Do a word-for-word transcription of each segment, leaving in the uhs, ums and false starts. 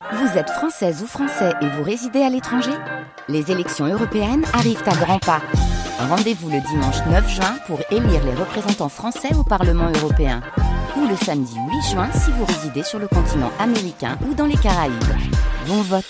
Vous êtes française ou français et vous résidez à l'étranger ? Les élections européennes arrivent à grands pas. Rendez-vous le dimanche neuf juin pour élire les représentants français au Parlement européen. Ou le samedi huit juin si vous résidez sur le continent américain ou dans les Caraïbes. Bon vote!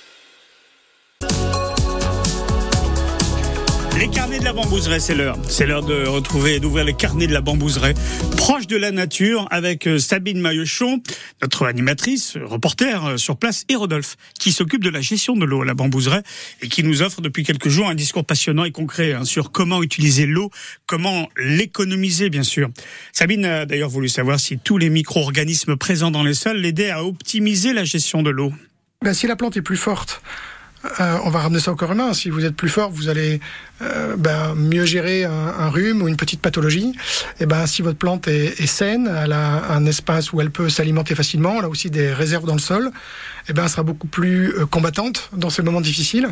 Les carnets de la Bambouseraie, c'est l'heure. C'est l'heure de retrouver et d'ouvrir les carnets de la Bambouseraie, proche de la nature, avec Sabine Maillechon, notre animatrice, reporter sur place, et Rodolphe, qui s'occupe de la gestion de l'eau à la Bambouseraie et qui nous offre depuis quelques jours un discours passionnant et concret hein, sur comment utiliser l'eau, comment l'économiser, bien sûr. Sabine a d'ailleurs voulu savoir si tous les micro-organismes présents dans les sols l'aidaient à optimiser la gestion de l'eau. Ben, si la plante est plus forte, Euh, on va ramener ça au corps humain. Si vous êtes plus fort, vous allez euh, ben, mieux gérer un, un rhume ou une petite pathologie. Et ben, si votre plante est, est saine, elle a un espace où elle peut s'alimenter facilement, elle a aussi des réserves dans le sol, et ben, elle sera beaucoup plus euh, combattante dans ces moments difficiles.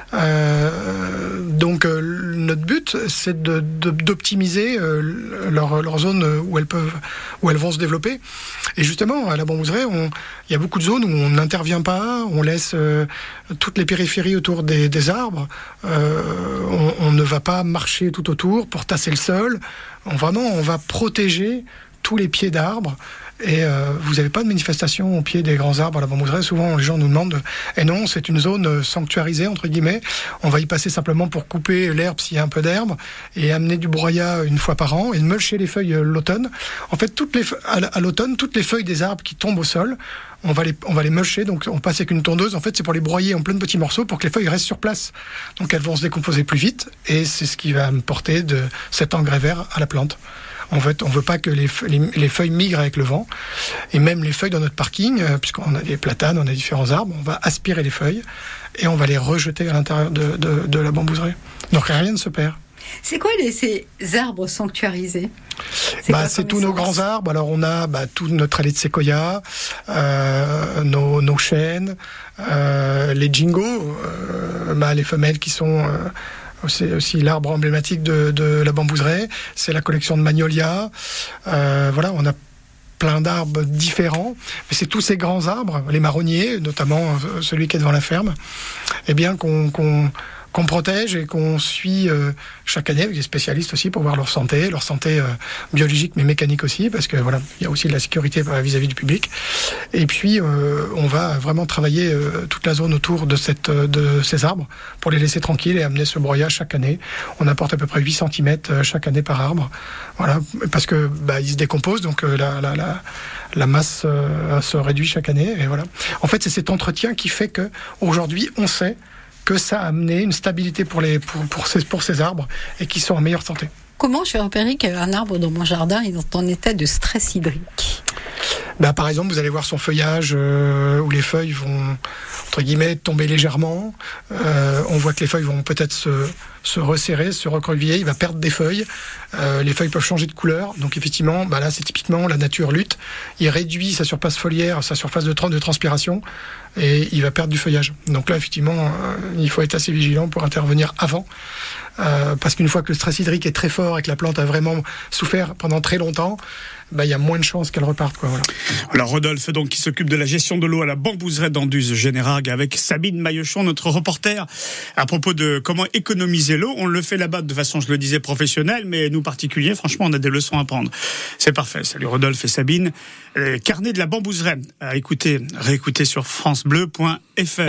Euh, donc, euh, notre but, c'est de, de, d'optimiser euh, leur, leur zone où elles peuvent, où elles vont se développer. Et justement, à la Bambouseraie, on, il y a beaucoup de zones où on n'intervient pas, on laisse euh, toutes les périphéries autour des, des arbres. Euh, on, on ne va pas marcher tout autour pour tasser le sol. On, vraiment, on va protéger tous les pieds d'arbres. Et euh, vous n'avez pas de manifestation au pied des grands arbres à la Bambouseraie. Souvent, les gens nous demandent « Eh non, c'est une zone sanctuarisée, entre guillemets. On va y passer simplement pour couper l'herbe s'il y a un peu d'herbe et amener du broyat une fois par an et mulcher les feuilles l'automne. » En fait, toutes les, à l'automne, toutes les feuilles des arbres qui tombent au sol, on va les, on va les mulcher. Donc, on passe avec une tondeuse. En fait, c'est pour les broyer en plein de petits morceaux pour que les feuilles restent sur place. Donc, elles vont se décomposer plus vite et c'est ce qui va me porter de cet engrais vert à la plante. En fait, on ne veut pas que les, les, les feuilles migrent avec le vent. Et même les feuilles dans notre parking, euh, puisqu'on a des platanes, on a différents arbres, on va aspirer les feuilles et on va les rejeter à l'intérieur de, de, de la Bambouseraie. Donc rien ne se perd. C'est quoi les, ces arbres sanctuarisés ? C'est, bah, c'est tous nos grands arbres. Alors on a bah, toute notre allée de séquoia, euh, nos, nos chênes, euh, les jingos, euh, bah, les femelles qui sont... Euh, C'est aussi l'arbre emblématique de, de la Bambouseraie. C'est la collection de magnolias. Euh, voilà, on a plein d'arbres différents. Mais c'est tous ces grands arbres, les marronniers, notamment celui qui est devant la ferme, eh bien qu'on, qu'on, qu'on protège et qu'on suit euh, chaque année avec des spécialistes aussi pour voir leur santé, leur santé euh, biologique mais mécanique aussi, parce que voilà, il y a aussi de la sécurité vis-à-vis du public. Et puis euh, on va vraiment travailler euh, toute la zone autour de cette de ces arbres pour les laisser tranquilles et amener ce broyat chaque année. On apporte à peu près huit centimètres chaque année par arbre, voilà, parce que bah, ils se décomposent, donc euh, la, la, la la masse euh, se réduit chaque année. Et voilà. En fait, c'est cet entretien qui fait que aujourd'hui, on sait que ça a amené une stabilité pour, les, pour, pour, ces, pour ces arbres et qui sont en meilleure santé. Comment je vais repérer qu'un arbre dans mon jardin est en état de stress hydrique ? Bah, par exemple, vous allez voir son feuillage euh, où les feuilles vont, entre guillemets, tomber légèrement. Euh, on voit que les feuilles vont peut-être se, se resserrer, se recroqueviller. Il va perdre des feuilles. Euh, les feuilles peuvent changer de couleur. Donc effectivement, bah là, c'est typiquement la nature lutte. Il réduit sa surface foliaire, sa surface de, de transpiration, et il va perdre du feuillage. Donc là, effectivement, euh, il faut être assez vigilant pour intervenir avant. Euh, parce qu'une fois que le stress hydrique est très fort et que la plante a vraiment souffert pendant très longtemps, bah, il y a moins de chances qu'elle reparte, quoi, voilà. Alors Rodolphe, donc, qui s'occupe de la gestion de l'eau à la Bambouseraie d'Anduze-Générargues avec Sabine Maillechon, notre reporter, à propos de comment économiser l'eau. On le fait là-bas de façon, je le disais, professionnelle, mais nous particuliers, franchement, on a des leçons à prendre. C'est parfait. Salut Rodolphe et Sabine. Euh, carnet de la Bambouseraie à écouter, réécouter sur francebleu point f r.